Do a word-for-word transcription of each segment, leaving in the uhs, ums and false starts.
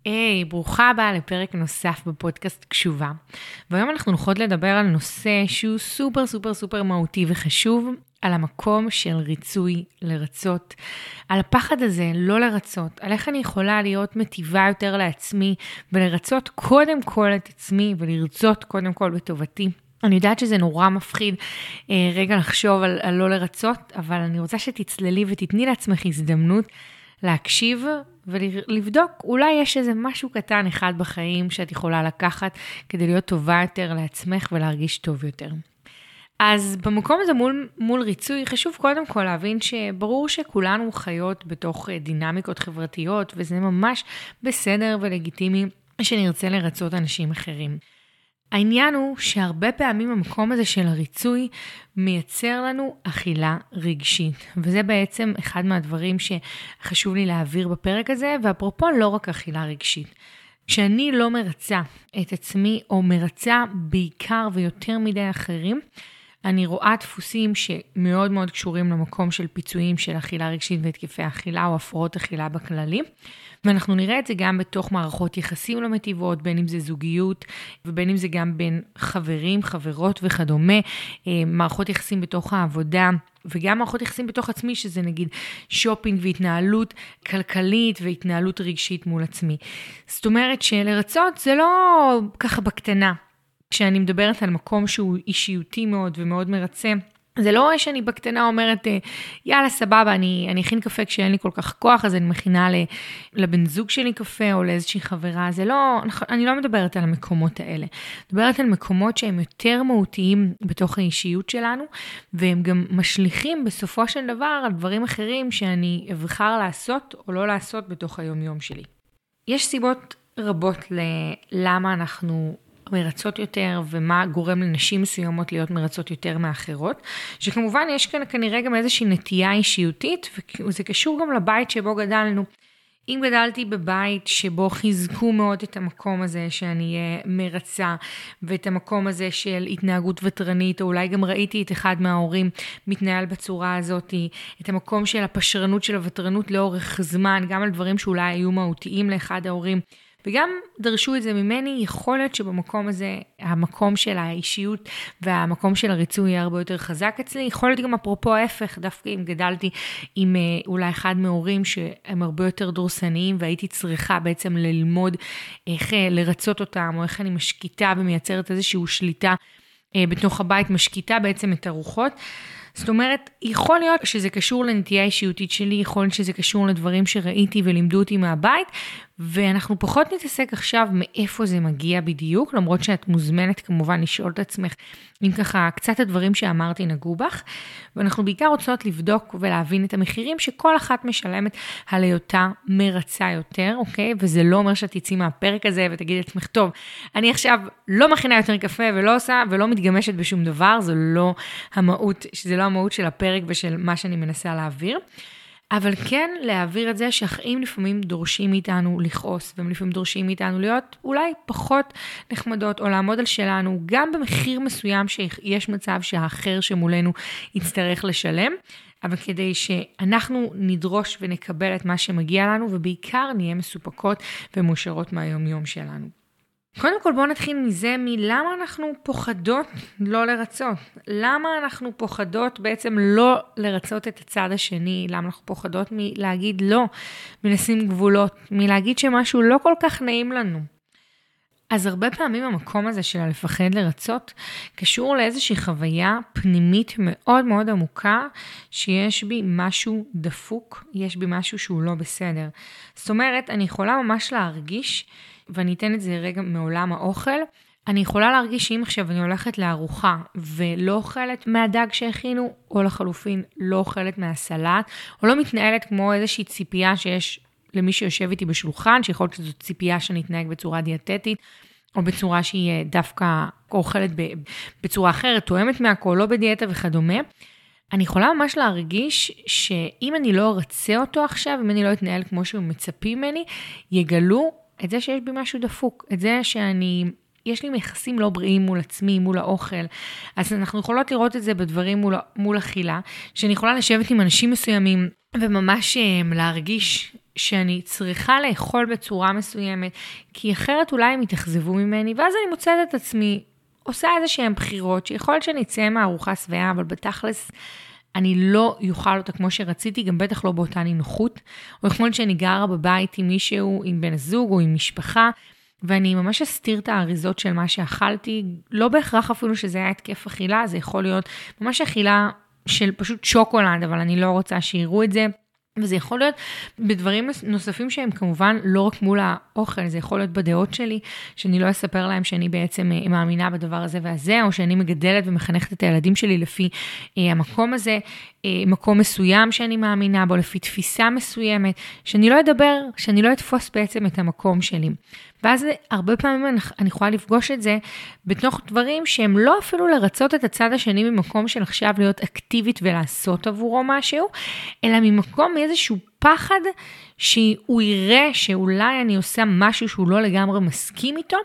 היי, ברוכה הבאה לפרק נוסף בפודקאסט קשובה. והיום אנחנו הולכות לדבר על נושא שהוא סופר סופר סופר מהותי וחשוב, על המקום של ריצוי לרצות, על הפחד הזה לא לרצות, על איך אני יכולה להיות מטיבה יותר לעצמי, ולרצות קודם כל את עצמי, ולרצות קודם כל בטובתי. אני יודעת שזה נורא מפחיד אה, רגע לחשוב על, על לא לרצות, אבל אני רוצה שתצללי ותתני לעצמך הזדמנות להקשיב ולבדוק, אולי יש איזה משהו קטן אחד בחיים שאת יכולה לקחת כדי להיות טובה יותר לעצמך ולהרגיש טוב יותר. אז במקום הזה מול, מול ריצוי, חשוב קודם כל להבין שברור שכולנו חיות בתוך דינמיקות חברתיות, וזה ממש בסדר ולגיטימי שנרצה לרצות אנשים אחרים. העניין הוא שהרבה פעמים המקום הזה של הריצוי מייצר לנו אכילה רגשית, וזה בעצם אחד מהדברים שחשוב לי להעביר בפרק הזה, ואפרופו לא רק אכילה רגשית. כשאני לא מרצה את עצמי, או מרצה בעיקר ויותר מדי אחרים, אני רואה דפוסים שמאוד מאוד קשורים למקום של פיצויים של אכילה רגשית והתקפי אכילה או הפרעות אכילה בכללי. ואנחנו נראה את זה גם בתוך מערכות יחסים לא מטיבות, בין אם זה זוגיות ובין אם זה גם בין חברים, חברות וכדומה, מערכות יחסים בתוך העבודה וגם מערכות יחסים בתוך עצמי, שזה נגיד שופינג והתנהלות כלכלית והתנהלות רגשית מול עצמי. זאת אומרת שלרצות זה לא ככה בקטנה. כשאני מדברת על מקום שהוא אישיותי מאוד ומאוד מרצה, זה לא שאני בקטנה אומרת, יאללה סבבה, אני, אני אכין קפה כשאין לי כל כך כוח, אז אני מכינה לבן זוג שלי קפה או לאיזושהי חברה, זה לא, אני לא מדברת על המקומות האלה, מדברת על מקומות שהם יותר מהותיים בתוך האישיות שלנו, והם גם משליכים בסופו של דבר על דברים אחרים שאני אבחר לעשות או לא לעשות בתוך היום-יום שלי. יש סיבות רבות ללמה אנחנו מרצות יותר, ומה גורם לנשים מסוימות להיות מרצות יותר מאחרות, שכמובן יש כאן כנראה גם איזושהי נטייה אישיותית, וזה קשור גם לבית שבו גדלנו. אם גדלתי בבית שבו חיזקו מאוד את המקום הזה שאני מרצה, ואת המקום הזה של התנהגות וטרנית, או אולי גם ראיתי את אחד מההורים מתנהל בצורה הזאת, את המקום של הפשרנות של הוטרנות לאורך זמן, גם על דברים שאולי היו מהותיים לאחד ההורים, וגם דרשו את זה ממני, יכולת שבמקום הזה, המקום של האישיות והמקום של הריצוי יהיה הרבה יותר חזק אצלי, יכולת גם אפרופו ההפך, דווקא אם גדלתי עם אולי אחד מהורים שהם הרבה יותר דורסניים, והייתי צריכה בעצם ללמוד איך לרצות אותם, או איך אני משקיטה ומייצרת איזושהי שליטה בתוך הבית, משקיטה בעצם את הרוחות. זאת אומרת, יכול להיות שזה קשור לנטייה האישיותית שלי, יכול להיות שזה קשור לדברים שראיתי ולימדו אותי מהבית, ואנחנו פחות נתעסק עכשיו מאיפה זה מגיע בדיוק, למרות שאת מוזמנת כמובן לשאול את עצמך, אם ככה קצת הדברים שאמרתי נגעו בך, ואנחנו בעיקר רוצות לבדוק ולהבין את המחירים שכל אחת משלמת על היותה מרצה יותר, אוקיי? וזה לא אומר שאת תצאי מהפרק הזה ותגידי לעצמך, טוב, אני עכשיו לא מכינה יותר קפה ולא עושה ולא מתגמשת בשום דבר, זה לא המהות, שזה לא המהות של הפרק ושל מה שאני מנסה להעביר. אבל כן להעביר את זה שהחיים לפעמים דורשים מאיתנו לכעוס, והם לפעמים דורשים מאיתנו להיות אולי פחות נחמדות, או לעמוד על שלנו, גם במחיר מסוים שיש מצב שהאחר שמולנו יצטרך לשלם, אבל כדי שאנחנו נדרוש ונקבל את מה שמגיע לנו, ובעיקר נהיה מסופקות ומאושרות מהיום-יום שלנו. קודם כל בואו נתחיל מזה, מלמה אנחנו פוחדות לא לרצות. למה אנחנו פוחדות בעצם לא לרצות את הצד השני? למה אנחנו פוחדות מלהגיד לא, מלשים גבולות, מלהגיד שמשהו לא כל כך נעים לנו? אז הרבה פעמים המקום הזה של לפחד לרצות, קשור לאיזושהי חוויה פנימית מאוד מאוד עמוקה, שיש בי משהו דפוק, יש בי משהו שהוא לא בסדר. זאת אומרת, אני יכולה ממש להרגיש, ואני אתן את זה רגע מעולם האוכל, אני יכולה להרגיש שאם עכשיו אני הולכת לארוחה, ולא אוכלת מהדג שהכינו, או לחלופין לא אוכלת מהסלט, או לא מתנהלת כמו איזושהי ציפייה שיש למי שיושב איתי בשולחן, שיכול להיות שזו ציפייה שאני אתנהג בצורה דיאטטית, או בצורה שהיא דווקא אוכלת בצורה אחרת, תואמת מהכל, לא בדיאטה וכדומה. אני יכולה ממש להרגיש שאם אני לא ארצה אותו עכשיו, אם אני לא אתנהל כמו שהוא מצפים ממני, יגלו את זה שיש בי משהו דפוק, את זה שאני, יש לי יחסים לא בריאים מול עצמי, מול האוכל. אז אנחנו יכולות לראות את זה בדברים מול, מול אכילה, שאני יכולה לשבת עם אנשים מסוימים, וממש להרגיש שאני צריכה לאכול בצורה מסוימת, כי אחרת אולי הם יתאכזבו ממני, ואז אני מוצאת את עצמי, עושה איזה שהן בחירות, שיכול להיות שאני אצא מהארוחה שבעה, אבל בתכלס אני לא יוכל אותה כמו שרציתי, גם בטח לא באותה נינוחות, או יכול להיות שאני גרה בבית עם מישהו, עם בן הזוג או עם משפחה, ואני ממש אסתיר את האריזות של מה שאכלתי, לא בהכרח אפילו שזה היה התקף אכילה, זה יכול להיות ממש אכילה של פשוט שוקולד, אבל אני לא רוצה שיראו את זה, וזה יכול להיות בדברים נוספים שהם כמובן לא רק מול האוכל, זה יכול להיות בדעות שלי, שאני לא אספר להם שאני בעצם מאמינה בדבר הזה והזה, או שאני מגדלת ומחנכת את הילדים שלי לפי המקום הזה, מקום מסוים שאני מאמינה בו, לפי תפיסה מסוימת, שאני לא אדבר, שאני לא אתפוס בעצם את המקום שלי. ואז הרבה פעמים אני יכולה לפגוש את זה בתוך דברים שהם לא אפילו לרצות את הצד השני ממקום של עכשיו להיות אקטיבית ולעשות עבורו משהו, אלא ממקום מאיזשהו פחד שהוא יראה שאולי אני עושה משהו שהוא לא לגמרי מסכים איתו,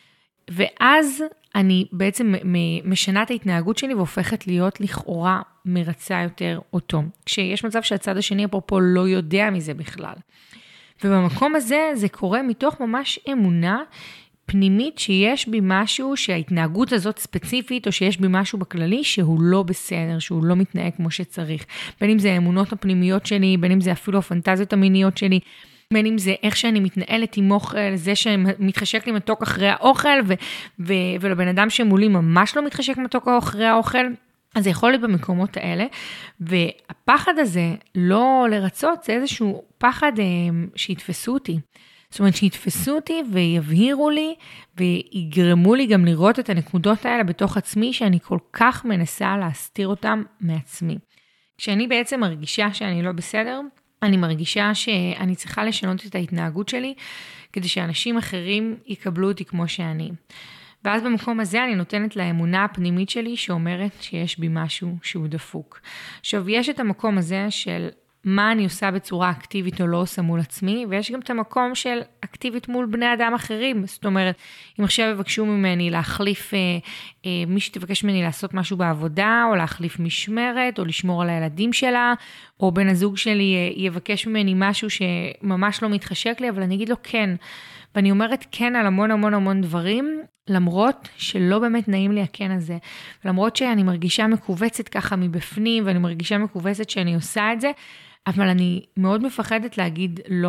ואז אני בעצם משנה את ההתנהגות שלי והופכת להיות לכאורה מרצה יותר אותו. כשיש מצב שהצד השני אפרופו לא יודע מזה בכלל. ובמקום הזה זה קורה מתוך ממש אמונה פנימית שיש בי משהו שההתנהגות הזאת ספציפית, או שיש בי משהו בכללי שהוא לא בסדר, שהוא לא מתנהג כמו שצריך. בין אם זה האמונות הפנימיות שלי, בין אם זה אפילו הפנטזיות המיניות שלי, בין אם זה איך שאני מתנהלת עם אוכל, זה שמתחשק לי מתוק אחרי האוכל, ו- ו- ולבן אדם שמולי ממש לא מתחשק מתוק אחרי האוכל, אז זה יכול להיות במקומות האלה, והפחד הזה לא לרצות, זה איזשהו פחד אה, שיתפסו אותי. זאת אומרת שיתפסו אותי ויבהירו לי, ויגרמו לי גם לראות את הנקודות האלה בתוך עצמי, שאני כל כך מנסה להסתיר אותם מעצמי. כשאני בעצם מרגישה שאני לא בסדר, אני מרגישה שאני צריכה לשנות את ההתנהגות שלי, כדי שאנשים אחרים יקבלו אותי כמו שאני. ואז במקום הזה אני נותנת לאמונה הפנימית שלי שאומרת שיש בי משהו שהוא דפוק. עכשיו, יש את המקום הזה של מה אני עושה בצורה אקטיבית או לא עושה מול עצמי, ויש גם את המקום של אקטיבית מול בני אדם אחרים. זאת אומרת, אם עכשיו יבקשו ממני להחליף, אה, אה, מי שתבקש ממני לעשות משהו בעבודה, או להחליף משמרת, או לשמור על הילדים שלה, או בן הזוג שלי אה, יבקש ממני משהו שממש לא מתחשק לי, אבל אני אגיד לו כן. ואני אומרת כן על המון המון המון דברים, למרות שלא באמת נעים לי הכן הזה. למרות שאני מרגישה מקובצת ככה מבפנים, ואני מרגישה מקובצת שאני עושה את זה, אבל אני מאוד מפחדת להגיד לא.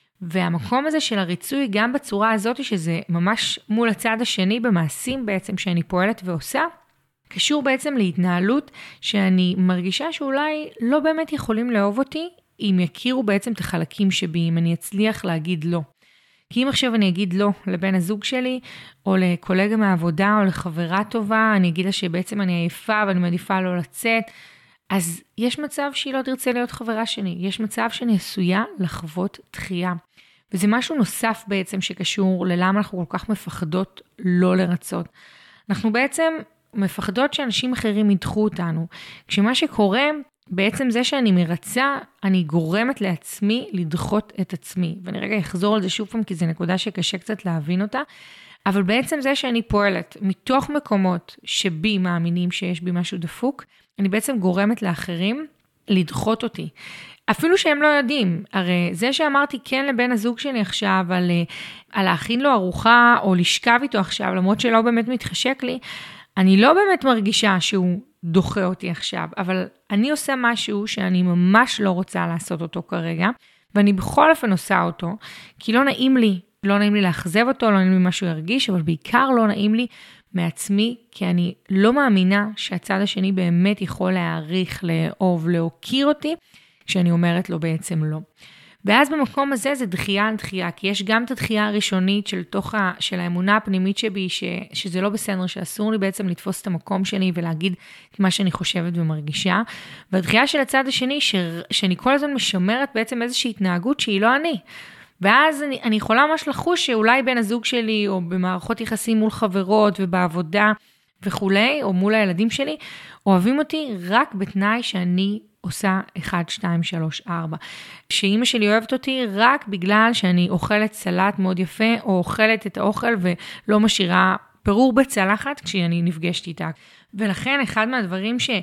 והמקום הזה של הריצוי, גם בצורה הזאת, שזה ממש מול הצד השני במעשים בעצם, שאני פועלת ועושה, קשור בעצם להתנהלות, שאני מרגישה שאולי לא באמת יכולים לאהוב אותי, אם יכירו בעצם את החלקים שבי, אם אני אצליח להגיד לא. כי אם עכשיו אני אגיד לא לבן הזוג שלי, או לקולגה מהעבודה, או לחברה טובה, אני אגיד לה שבעצם אני עייפה, ואני מעדיפה לא לצאת, אז יש מצב שהיא לא תרצה להיות חברה שלי, יש מצב שאני עשויה לחוות דחייה. וזה משהו נוסף בעצם שקשור ללמה אנחנו כל כך מפחדות לא לרצות. אנחנו בעצם מפחדות שאנשים אחרים ידחו אותנו, כשמה שקורה, בעצם זה שאני מרצה, אני גורמת לעצמי לדחות את עצמי. ואני רגע אחזור על זה שוב פעם, כי זו נקודה שקשה קצת להבין אותה, אבל בעצם זה שאני פועלת מתוך מקומות שבי מאמינים שיש בי משהו דפוק, אני בעצם גורמת לאחרים לדחות אותי. אפילו שהם לא יודעים, הרי זה שאמרתי כן לבן הזוג שלי עכשיו, על, על להכין לו ארוחה או לשכב איתו עכשיו, למרות שלא באמת מתחשק לי, אני לא באמת מרגישה שהוא דוחה אותי עכשיו, אבל אני עושה משהו שאני ממש לא רוצה לעשות אותו כרגע, ואני בכל אופן עושה אותו, כי לא נעים לי, לא נעים לי לאכזב אותו, לא נעים לי משהו ירגיש, אבל בעיקר לא נעים לי מעצמי, כי אני לא מאמינה שהצד השני באמת יכול להעריך, לאהוב, להוקיר אותי, כשאני אומרת לו בעצם לא. ואז במקום הזה זה דחייה על דחייה, כי יש גם את הדחייה הראשונית של, תוך ה, של האמונה הפנימית שבי, ש, שזה לא בסדר, שאסור לי בעצם לתפוס את המקום שלי ולהגיד את מה שאני חושבת ומרגישה. והדחייה של הצד השני, ש, שאני כל הזמן משמרת בעצם איזושהי התנהגות שהיא לא אני. ואז אני, אני יכולה ממש לחוש שאולי בן הזוג שלי, או במערכות יחסים מול חברות ובעבודה וכולי, או מול הילדים שלי, אוהבים אותי רק בתנאי שאני עושה אחת, שתיים, שלוש, ארבע. שאמא שלי אוהבת אותי רק בגלל שאני אוכלת סלט מאוד יפה, או אוכלת את האוכל ולא משאירה פירור בצלחת כשאני נפגשת איתה. ולכן אחד מהדברים ש...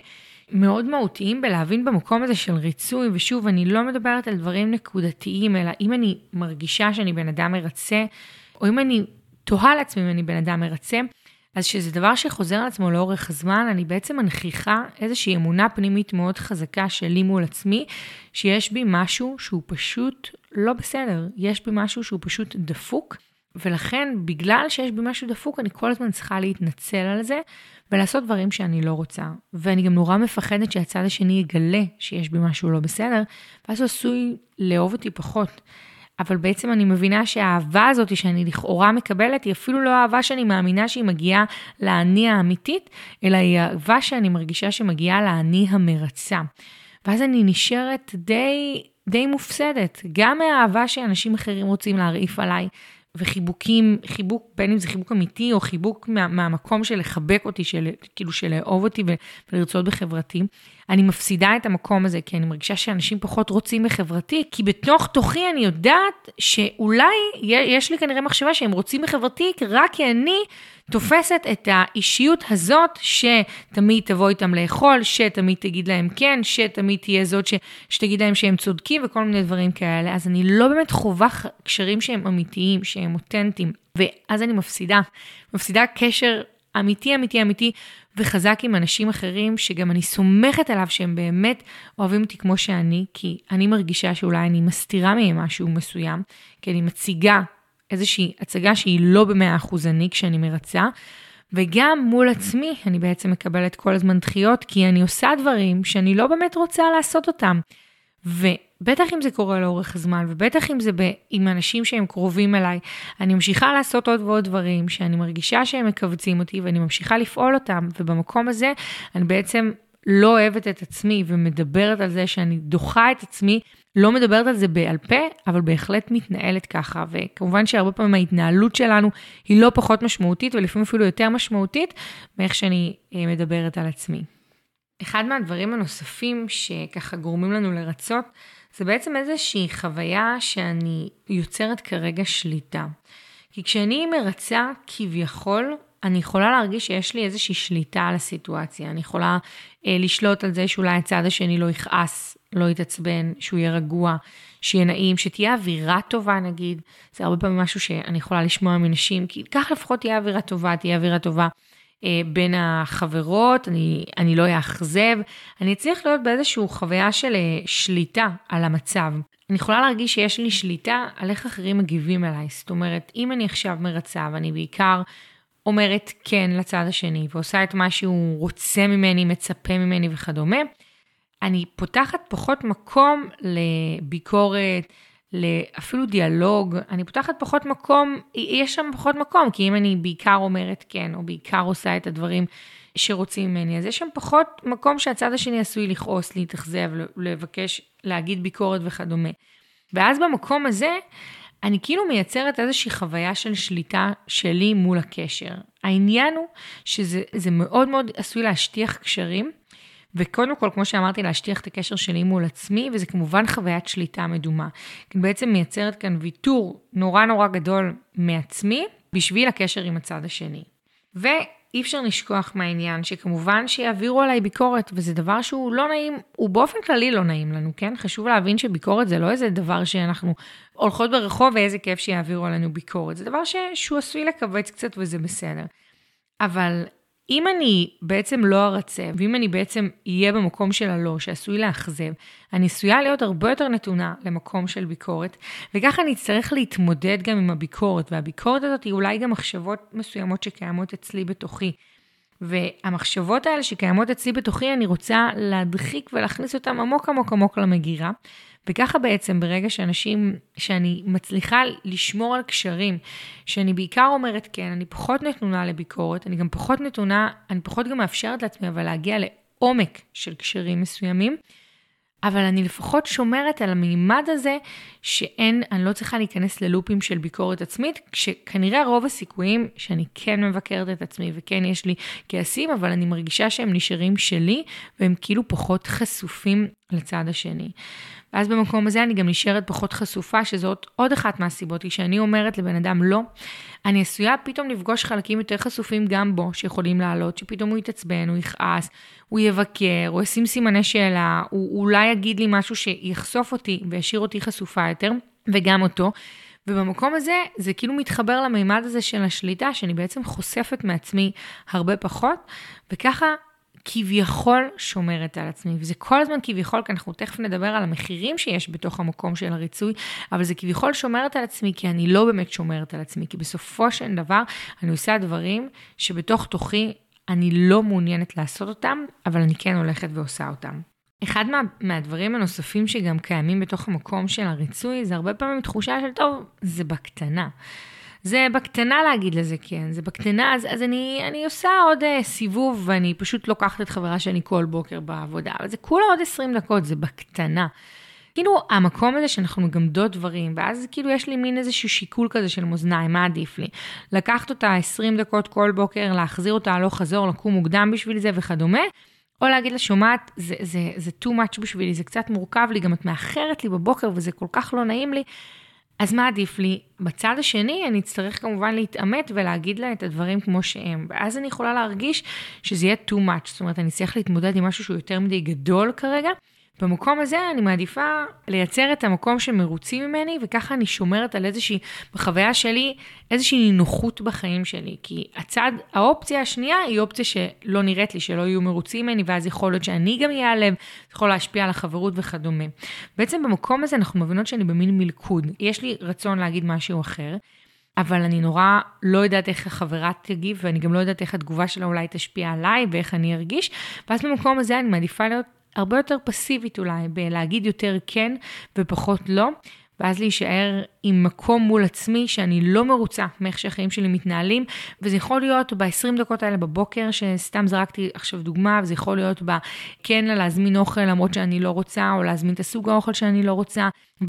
מאוד מהותיים בלהבין במקום הזה של ריצוי, ושוב, אני לא מדברת על דברים נקודתיים, אלא אם אני מרגישה שאני בן אדם מרצה, או אם אני תוהה לעצמי אם אני בן אדם מרצה, אז שזה דבר שחוזר על עצמו לאורך הזמן, אני בעצם מנכיחה איזושהי אמונה פנימית מאוד חזקה שלי מול עצמי, שיש בי משהו שהוא פשוט לא בסדר, יש בי משהו שהוא פשוט דפוק, ולכן בגלל שיש בי משהו דפוק, אני כל הזמן צריכה להתנצל על זה, ולעשות דברים שאני לא רוצה. ואני גם נורא מפחדת שהצד השני יגלה שיש בי משהו לא בסדר, ואז הוא עשוי לאהוב אותי פחות. אבל בעצם אני מבינה שהאהבה הזאת שאני לכאורה מקבלת, היא אפילו לא אהבה שאני מאמינה שהיא מגיעה לאני האמיתית, אלא היא אהבה שאני מרגישה שמגיעה לאני המרצה. ואז אני נשארת די, די מופסדת, גם מהאהבה שאנשים אחרים רוצים להרעיף עליי, וחיבוקים, חיבוק, בין אם זה חיבוק אמיתי, או חיבוק מה, מהמקום של לחבק אותי, של, כאילו של לאהוב אותי ולרצות בחברתי. אני מפסידה את המקום הזה, כי אני מרגישה שאנשים פחות רוצים בחברתי, כי בתוך תוכי אני יודעת שאולי יש לי כנראה מחשבה שהם רוצים בחברתי, רק כי אני תופסת את האישיות הזאת, שתמיד תבוא איתם לאכול, שתמיד תגיד להם כן, שתמיד תהיה זאת ש, שתגיד להם שהם צודקים, וכל מיני דברים כאלה. אז אני לא באמת חובה קשרים שהם אמיתיים, שהם אותנטיים, ואז אני מפסידה, מפסידה קשר אמיתי, אמיתי, אמיתי, וחזק עם אנשים אחרים, שגם אני סומכת עליו שהם באמת אוהבים אותי כמו שאני, כי אני מרגישה שאולי אני מסתירה מהם משהו מסוים, כי אני מציגה איזושהי הצגה שהיא לא במאה אחוז אני כשאני מרצה, וגם מול עצמי אני בעצם מקבלת כל הזמן דחיות, כי אני עושה דברים שאני לא באמת רוצה לעשות אותם. ובטח אם זה קורה לאורך הזמן, ובטח אם זה עם אנשים שהם קרובים אליי, אני ממשיכה לעשות עוד ועוד דברים, שאני מרגישה שהם מקבצים אותי, ואני ממשיכה לפעול אותם, ובמקום הזה אני בעצם לא אוהבת את עצמי, ומדברת על זה שאני דוחה את עצמי, לא מדברת על זה בעל פה, אבל בהחלט מתנהלת ככה, וכמובן שהרבה פעמים ההתנהלות שלנו היא לא פחות משמעותית, ולפעמים אפילו יותר משמעותית, מאיך שאני מדברת על עצמי. אחד מהדברים הנוספים שככה גורמים לנו לרצות, זה בעצם איזושהי חוויה שאני יוצרת כרגע שליטה. כי כשאני מרצה כביכול, אני יכולה להרגיש שיש לי איזושהי שליטה על הסיטואציה. אני יכולה אה, לשלוט על זה שאולי הצד השני לא יכעס, לא יתעצבן, שהוא יהיה רגוע, שיהיה נעים, שתהיה אווירה טובה נגיד. זה הרבה פעמים משהו שאני יכולה לשמוע מנשים, כי כך לפחות תהיה אווירה טובה, תהיה אווירה טובה. בין החברות, אני, אני לא אאכזב, אני אצליח להיות באיזושהי חוויה של שליטה על המצב. אני יכולה להרגיש שיש לי שליטה על איך אחרים מגיבים אליי. זאת אומרת, אם אני עכשיו מרצה, ואני בעיקר אומרת כן לצד השני, ועושה את מה שהוא רוצה ממני, מצפה ממני וכדומה, אני פותחת פחות מקום לביקורת, אפילו דיאלוג, אני פותחת פחות מקום, יש שם פחות מקום, כי אם אני בעיקר אומרת כן, או בעיקר עושה את הדברים שרוצים ממני, אז יש שם פחות מקום שהצד השני עשוי לכעוס, להתאכזב, לבקש, להגיד ביקורת וכדומה. ואז במקום הזה, אני כאילו מייצרת איזושהי חוויה של שליטה שלי מול הקשר. העניין הוא שזה זה מאוד מאוד עשוי להשטיח קשרים, וקודם כל, כמו שאמרתי, להשטיח את הקשר שלי מול עצמי, וזה כמובן חוויית שליטה מדומה. כי בעצם מייצרת כאן ויתור נורא נורא גדול מעצמי, בשביל הקשר עם הצד השני. ואי אפשר לשכוח מהעניין, שכמובן שיעבירו עליי ביקורת, וזה דבר שהוא לא נעים, הוא באופן כללי לא נעים לנו, כן? חשוב להבין שביקורת זה לא איזה דבר שאנחנו הולכות ברחוב, ואיזה כיף שיעבירו עלינו ביקורת. זה דבר שהוא עשוי לקבץ קצת, וזה בסדר. אבל אם אני בעצם לא ארצה, ואם אני בעצם אהיה במקום של הלא, שעשוי לאכזב, אני עשויה להיות הרבה יותר נתונה למקום של ביקורת, וככה אני אצטרך להתמודד גם עם הביקורת, והביקורת הזאת היא אולי גם מחשבות מסוימות שקיימות אצלי בתוכי, והמחשבות האלה שקיימות אצלי בתוכי, אני רוצה להדחיק ולהכניס אותם עמוק עמוק עמוק למגירה, וככה בעצם ברגע שאנשים, שאני מצליחה לשמור על קשרים, שאני בעיקר אומרת כן, אני פחות נתונה לביקורת, אני גם פחות נתונה, אני פחות גם מאפשרת לעצמי, אבל להגיע לעומק של קשרים מסוימים, אבל אני לפחות שומרת על המימד הזה, שאין, אני לא צריכה להיכנס ללופים של ביקורת עצמית, כשכנראה רוב הסיכויים שאני כן מבקרת את עצמי, וכן יש לי כעסים, אבל אני מרגישה שהם נשארים שלי, והם כאילו פחות חשופים לצד השני. ואז במקום הזה אני גם נשארת פחות חשופה, שזאת עוד אחת מהסיבות, היא שאני אומרת לבן אדם לא, אני עשויה פתאום לפגוש חלקים יותר חשופים גם בו, שיכולים לעלות, שפתאום הוא יתעצבן, הוא יכעס, הוא יבקר, הוא ישים סימני שאלה, הוא אולי יגיד לי משהו שיחשוף אותי וישאיר אותי חשופה יותר, וגם אותו. ובמקום הזה, זה כאילו מתחבר למימד הזה של השליטה, שאני בעצם חושפת מעצמי הרבה פחות, וככה כביכול שומרת על עצמי, וזה כל הזמן כביכול, כי אנחנו תכף נדבר על המחירים שיש בתוך המקום של הריצוי, אבל זה כביכול שומרת על עצמי, כי אני לא באמת שומרת על עצמי, כי בסופו של דבר אני עושה דברים שבתוך תוכי אני לא מעוניינת לעשות אותם, אבל אני כן הולכת ועושה אותם. אחד מה, מהדברים הנוספים שגם קיימים בתוך המקום של הריצוי, זה הרבה פעמים תחושה של טוב, זה בקטנה. זה בקטנה להגיד לזה כן, זה בקטנה, אז, אז אני, אני עושה עוד uh, סיבוב, ואני פשוט לוקחת את חברה שלי כל בוקר בעבודה, אבל זה כולה עוד עשרים דקות, זה בקטנה. כאילו, המקום הזה שאנחנו מגמדות דברים, ואז כאילו יש לי מין איזשהו שיקול כזה של מאזניים, מה עדיף לי? לקחת אותה עשרים דקות כל בוקר, להחזיר אותה הלוך חזור, לקום מוקדם בשביל זה וכדומה, או להגיד לה, שומעת, זה, זה, זה too much בשבילי, זה קצת מורכב לי, גם את מאחרת לי בבוקר, וזה כל כך לא נעים לי, אז מה עדיף לי? בצד השני, אני אצטרך כמובן להתאמת ולהגיד לה את הדברים כמו שהם, ואז אני יכולה להרגיש שזה יהיה too much, זאת אומרת, אני צריך להתמודד עם משהו שהוא יותר מדי גדול כרגע, במקום הזה אני מעדיפה לייצר את המקום שמרוצים ממני, וככה אני שומרת על איזושהי, בחוויה שלי, איזושהי נוחות בחיים שלי, כי הצד, האופציה השנייה היא אופציה שלא נראית לי, שלא יהיו מרוצים ממני, ואז יכול להיות שאני גם יעלב, יכול להשפיע על החברות וכדומה. בעצם במקום הזה אנחנו מבינות שאני במין מלכוד, יש לי רצון להגיד משהו אחר, אבל אני נורא לא יודעת איך החברה תגיב, ואני גם לא יודעת איך התגובה שלה אולי תשפיע עליי, ואיך אני ארגיש, ואז במקום הזה אני מעדיפה להיות הרבה יותר פסיבית אולי, בלהגיד יותר כן ופחות לא, ואז להישאר עם מקום מול עצמי שאני לא מרוצה מאיך שהחיים שלי מתנהלים, וזה יכול להיות ב-עשרים דקות האלה בבוקר, שסתם זרקתי עכשיו דוגמה, וזה יכול להיות בכן להזמין אוכל למרות שאני לא רוצה, או להזמין את הסוג האוכל שאני לא רוצה,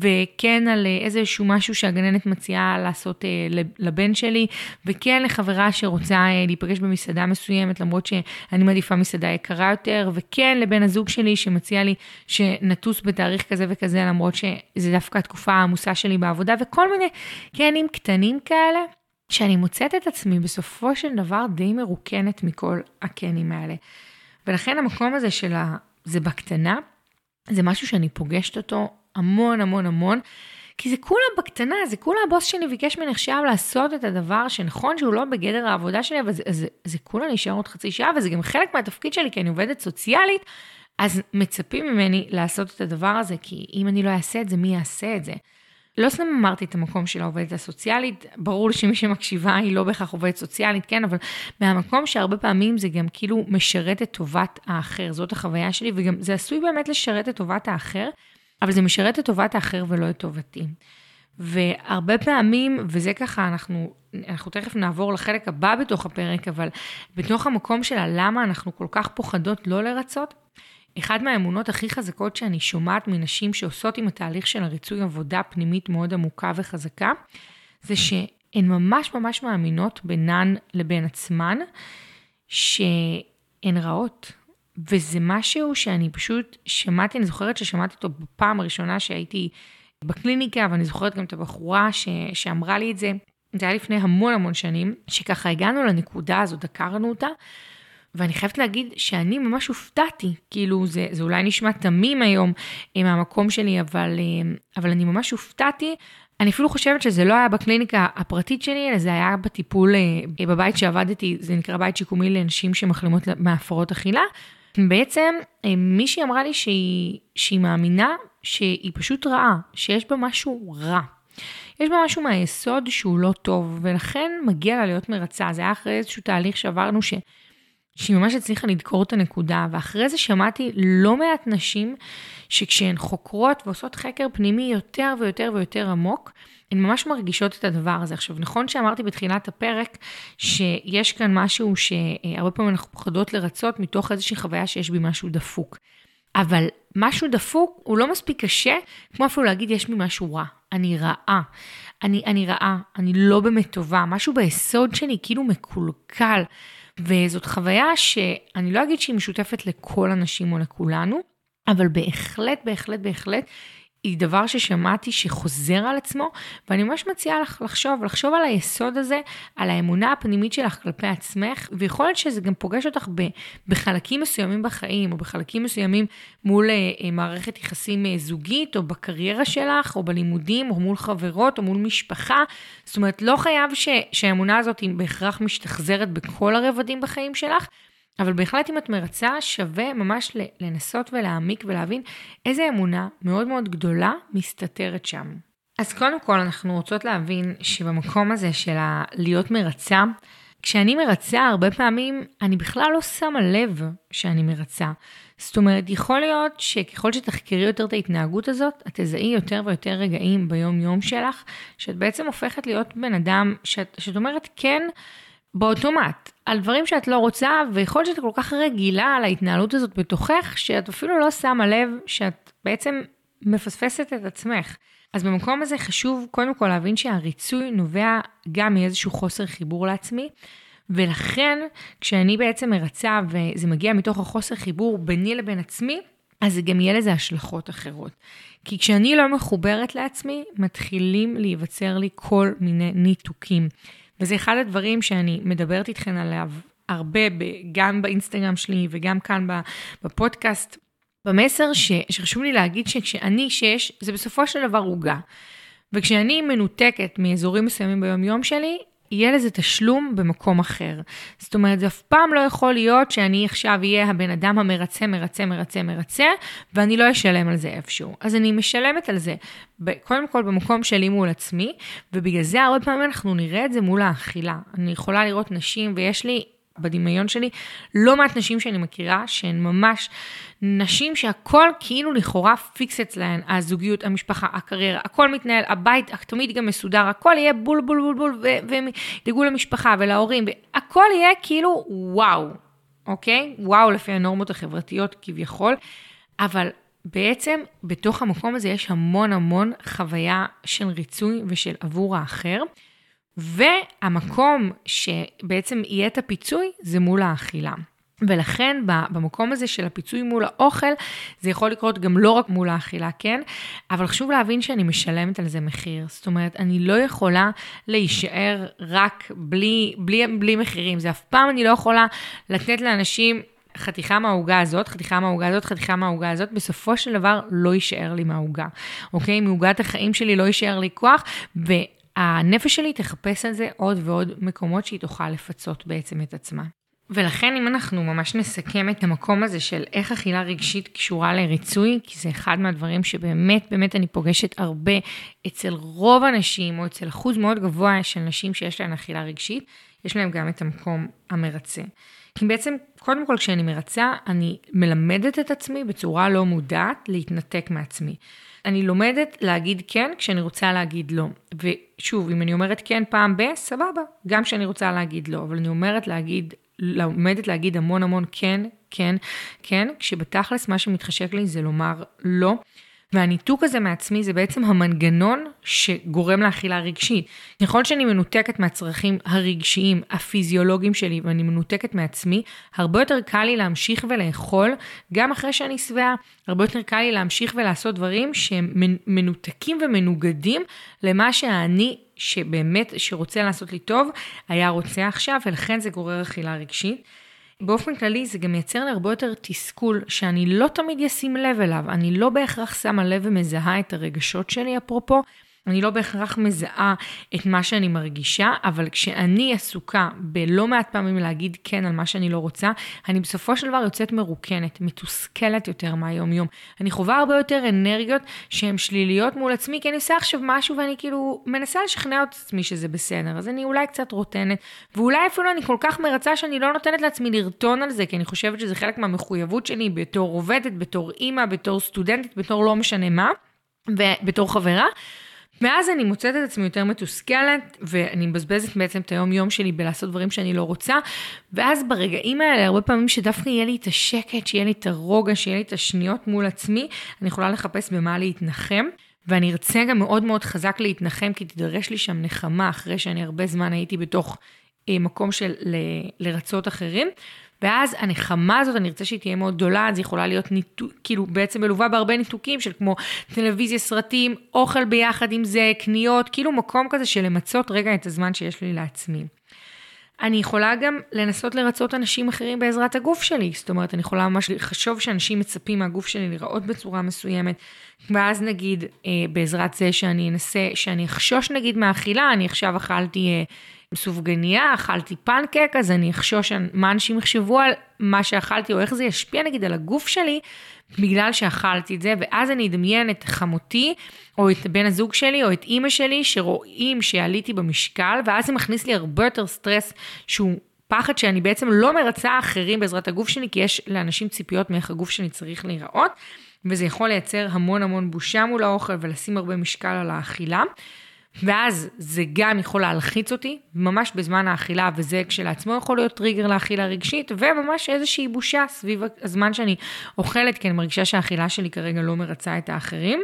וכן על איזשהו משהו שהגננת מציעה לעשות לבן שלי, וכן לחברה שרוצה להיפגש במסעדה מסוימת, למרות שאני מעדיפה מסעדה יקרה יותר, וכן לבן הזוג שלי שמציע לי שנטוס בתאריך כזה וכזה, למרות שזה דווקא התקופה העמוסה שלי בעבודה, וכל מיני קנים קטנים כאלה, שאני מוצאת את עצמי בסופו של דבר די מרוקנת מכל הקנים האלה. ולכן המקום הזה של זה בקטנה, זה משהו שאני פוגשת אותו המון המון המון, כי זה כולה בקטנה, זה כולה הבוס שלי ביקש ממני עכשיו לעשות את הדבר שנכון שהוא לא בגדר העבודה שלי, אבל זה, זה, זה כולה נשאר עוד חצי שעה, וזה גם חלק מהתפקיד שלי, כי אני עובדת סוציאלית, אז מצפים ממני לעשות את הדבר הזה, כי אם אני לא אעשה את זה, מי יעשה את זה? לא סתם אמרתי את המקום של העובדת הסוציאלית, ברור לי שמי שמקשיבה היא לא בהכרח עובדת סוציאלית, כן, אבל מהמקום שהרבה פעמים זה גם כאילו משרת את טובת האחר, זאת החוויה שלי, וגם זה עשוי באמת לשרת את טובת האחר, אבל זה משרת את טובת האחר ולא את טובתי. והרבה פעמים, וזה ככה, אנחנו, אנחנו תכף נעבור לחלק הבא בתוך הפרק, אבל בתוך המקום שלה, למה אנחנו כל כך פוחדות לא לרצות, אחד מהאמונות הכי חזקות שאני שומעת מנשים שעושות עם התהליך של הריצוי עבודה פנימית מאוד עמוקה וחזקה, זה שהן ממש ממש מאמינות בינן לבין עצמן, שהן רעות. וזה משהו שאני פשוט שמעתי, אני זוכרת ששמעתי אותו בפעם הראשונה שהייתי בקליניקה, ואני זוכרת גם את הבחורה ש, שאמרה לי את זה, זה היה לפני המון המון שנים, שככה הגענו לנקודה הזאת, דקרנו אותה, ואני חייבת להגיד שאני ממש הופתעתי, כאילו זה, זה אולי נשמע תמים היום מהמקום שלי, אבל, אבל אני ממש הופתעתי, אני אפילו חושבת שזה לא היה בקליניקה הפרטית שלי, אלא זה היה בטיפול בבית שעבדתי, זה נקרא בית שיקומי לאנשים שמחלימות מהפרעות אכילה, בעצם מישהי אמרה לי שהיא, שהיא מאמינה שהיא פשוט רעה, שיש בה משהו רע. יש בה משהו מהיסוד שהוא לא טוב, ולכן מגיע לה להיות מרצה. זה היה אחרי איזשהו תהליך שעברנו ש... שהיא ממש הצליחה לדקור את הנקודה, ואחרי זה שמעתי לא מעט נשים שכשהן חוקרות ועושות חקר פנימי יותר ויותר ויותר עמוק, הן ממש מרגישות את הדבר הזה. עכשיו, נכון שאמרתי בתחילת הפרק שיש כאן משהו שהרבה פעמים אנחנו פוחדות לרצות מתוך איזושהי חוויה שיש בי משהו דפוק. אבל משהו דפוק הוא לא מספיק קשה, כמו אפילו להגיד יש בי משהו רע. אני רעה, אני, אני רעה, אני לא באמת טובה, משהו ביסוד שלי כאילו מקולקל. וזאת חוויה שאני לא אגיד שהיא משותפת לכל אנשים או לכולנו, אבל בהחלט, בהחלט, בהחלט, היא דבר ששמעתי שחוזר על עצמו, ואני ממש מציעה לך לחשוב, לחשוב על היסוד הזה, על האמונה הפנימית שלך כלפי עצמך, ויכול להיות שזה גם פוגש אותך בחלקים מסוימים בחיים, או בחלקים מסוימים מול מערכת יחסים זוגית, או בקריירה שלך, או בלימודים, או מול חברות, או מול משפחה. זאת אומרת, לא חייב ש, שהאמונה הזאת היא בהכרח משתחזרת בכל הרבדים בחיים שלך, אבל בהחלט אם את מרצה, שווה ממש לנסות ולהעמיק ולהבין איזה אמונה מאוד מאוד גדולה מסתתרת שם. אז קודם כל אנחנו רוצות להבין שבמקום הזה של להיות מרצה, כשאני מרצה הרבה פעמים אני בכלל לא שמה לב שאני מרצה. זאת אומרת, יכול להיות שככל שתחקרי יותר את ההתנהגות הזאת, את תזהי יותר ויותר רגעים ביום יום שלך, שאת בעצם הופכת להיות בן אדם שאת, שאת אומרת כן, באוטומט, על דברים שאת לא רוצה, ויכול להיות שאת כל כך רגילה על ההתנהלות הזאת בתוכך, שאת אפילו לא שמה לב שאת בעצם מפספסת את עצמך. אז במקום הזה חשוב קודם כל להבין שהריצוי נובע גם מאיזשהו חוסר חיבור לעצמי, ולכן כשאני בעצם מרצה וזה מגיע מתוך החוסר חיבור ביני לבין עצמי, אז זה גם יהיה לזה השלכות אחרות. כי כשאני לא מחוברת לעצמי, מתחילים להיווצר לי כל מיני ניתוקים. וזה אחד הדברים שאני מדברת איתכן עליו הרבה, גם באינסטגרם שלי וגם כאן בפודקאסט, במסר ש, שחשוב לי להגיד שכשאני שש, זה בסופו של דבר רוגע. וכשאני מנותקת מאזורים מסוימים ביום יום שלי, יהיה לזה תשלום במקום אחר. זאת אומרת, זה אף פעם לא יכול להיות שאני עכשיו אהיה הבן אדם המרצה, מרצה, מרצה, מרצה, ואני לא אשלם על זה איפשהו. אז אני משלמת על זה, קודם כל במקום שלי מול עצמי, ובגלל זה הרבה פעמים אנחנו נראה את זה מול האכילה. אני יכולה לראות נשים, ויש לי בדמיון שלי לא מעט נשים שאני מכירה, שהן ממש נשים שהכל כאילו לכאורה פיקס אצלהן, הזוגיות, המשפחה, הקריירה, הכל מתנהל, הבית תמיד גם מסודר, הכל יהיה בול בול בול בול, והם ידאגו למשפחה ולהורים, הכל יהיה כאילו וואו, אוקיי? וואו לפי הנורמות החברתיות כביכול, אבל בעצם בתוך המקום הזה יש המון המון חוויה של ריצוי ושל עבור האחר, והמקום שבעצם יהיה את הפיצוי זה מול האכילה. ולכן במקום הזה של הפיצוי מול האוכל, זה יכול לקרות גם לא רק מול האכילה, כן? אבל חשוב להבין שאני משלמת על זה מחיר. זאת אומרת, אני לא יכולה להישאר רק בלי, בלי, בלי מחירים. זה אף פעם אני לא יכולה לתת לאנשים חתיכה מהעוגה הזאת, חתיכה מהעוגה הזאת, חתיכה מהעוגה הזאת, בסופו של דבר לא יישאר לי מהעוגה. אוקיי? מעוגת החיים שלי לא יישאר לי כוח, ו... הנפש שלי תחפש על זה עוד ועוד מקומות שהיא תוכל לפצות בעצם את עצמה. ולכן אם אנחנו ממש נסכם את המקום הזה של איך אכילה רגשית קשורה לריצוי, כי זה אחד מהדברים שבאמת באמת אני פוגשת הרבה אצל רוב הנשים, או אצל אחוז מאוד גבוה של נשים שיש להן אכילה רגשית, יש להם גם את המקום המרצה. כי בעצם קודם כל כשאני מרצה, אני מלמדת את עצמי בצורה לא מודעת להתנתק מעצמי. אני לומדת להגיד כן כשאני רוצה להגיד לא. ושוב, אם אני אומרת כן פעם ב, סבבה, גם כשאני רוצה להגיד לא, אבל אני אומרת להגיד, לומדת להגיד המון המון כן, כן, כן, כשבתכלס מה שמתחשק לי זה לומר לא. והניתוק הזה מעצמי זה בעצם המנגנון שגורם לאכילה רגשית. יכול להיות שאני מנותקת מהצרכים הרגשיים, הפיזיולוגיים שלי, ואני מנותקת מעצמי, הרבה יותר קל לי להמשיך ולאכול, גם אחרי שאני שבעה, הרבה יותר קל לי להמשיך ולעשות דברים שהם מנותקים ומנוגדים למה שאני, שבאמת שרוצה לעשות לי טוב, היה רוצה עכשיו, ולכן זה גורר אכילה רגשית. באופן כללי זה גם מייצר לי הרבה יותר תסכול שאני לא תמיד ישים לב אליו, אני לא בהכרח שמה לב ומזהה את הרגשות שלי אפרופו, אני לא בהכרח מזהה את מה שאני מרגישה, אבל כשאני עסוקה בלא מעט פעמים להגיד כן על מה שאני לא רוצה, אני בסופו של דבר יוצאת מרוקנת, מתוסכלת יותר מהיום יום. אני חווה הרבה יותר אנרגיות שהן שליליות מול עצמי, כי אני עושה עכשיו משהו ואני כאילו מנסה לשכנע את עצמי שזה בסדר, אז אני אולי קצת רוטנת, ואולי אפילו אני כל כך מרצה שאני לא נותנת לעצמי לרטון על זה, כי אני חושבת שזה חלק מהמחויבות שלי בתור עובדת, בתור אימא, בתור סטודנטית, בתור לא משנה מה, ובתור חברה. ואז אני מוצאת את עצמי יותר מתוסכלת, ואני מבזבזת בעצם את היום יום שלי בלעשות דברים שאני לא רוצה, ואז ברגעים האלה, הרבה פעמים שדווקא יהיה לי את השקט, שיהיה לי את הרוגע, שיהיה לי את השניות מול עצמי, אני יכולה לחפש במה להתנחם, ואני ארצה גם מאוד מאוד חזק להתנחם, כי תדרש לי שם נחמה, אחרי שאני הרבה זמן הייתי בתוך מקום של ל- לרצות אחרים, ואז הנחמה הזאת, אני ארצה שהיא תהיה מאוד גדולה, אז היא יכולה להיות ניתוק, כאילו בעצם מלווה בהרבה ניתוקים של כמו טלוויזיה, סרטים, אוכל ביחד עם זה, קניות, כאילו מקום כזה של למצות רגע את הזמן שיש לי לעצמי. אני יכולה גם לנסות לרצות אנשים אחרים בעזרת הגוף שלי, זאת אומרת, אני יכולה ממש לחשוב שאנשים מצפים מהגוף שלי לראות בצורה מסוימת, ואז נגיד, אה, בעזרת זה שאני אנסה, שאני אחשוש נגיד מהאכילה, אני עכשיו אכלתי אה, סופגניה, אכלתי פנקק, אז אני אחשוש מה אנשים יחשבו על מה שאכלתי, או איך זה ישפיע נגיד על הגוף שלי, בגלל שאכלתי את זה, ואז אני אדמיין את חמותי, או את בן הזוג שלי, או את אימא שלי, שרואים שעליתי במשקל, ואז זה מכניס לי הרבה יותר סטרס, שהוא פחד שאני בעצם לא מרצה אחרים בעזרת הגוף שלי, כי יש לאנשים ציפיות מאיך הגוף שלי צריך להיראות, וזה יכול לייצר המון המון בושה מול האוכל, ולשים הרבה משקל על האכילה, ואז זה גם יכול להלחיץ אותי, ממש בזמן האכילה, וזה כשלעצמו יכול להיות טריגר לאכילה רגשית, וממש איזושהי בושה סביב הזמן שאני אוכלת, כי אני מרגישה שהאכילה שלי כרגע לא מרצה את האחרים.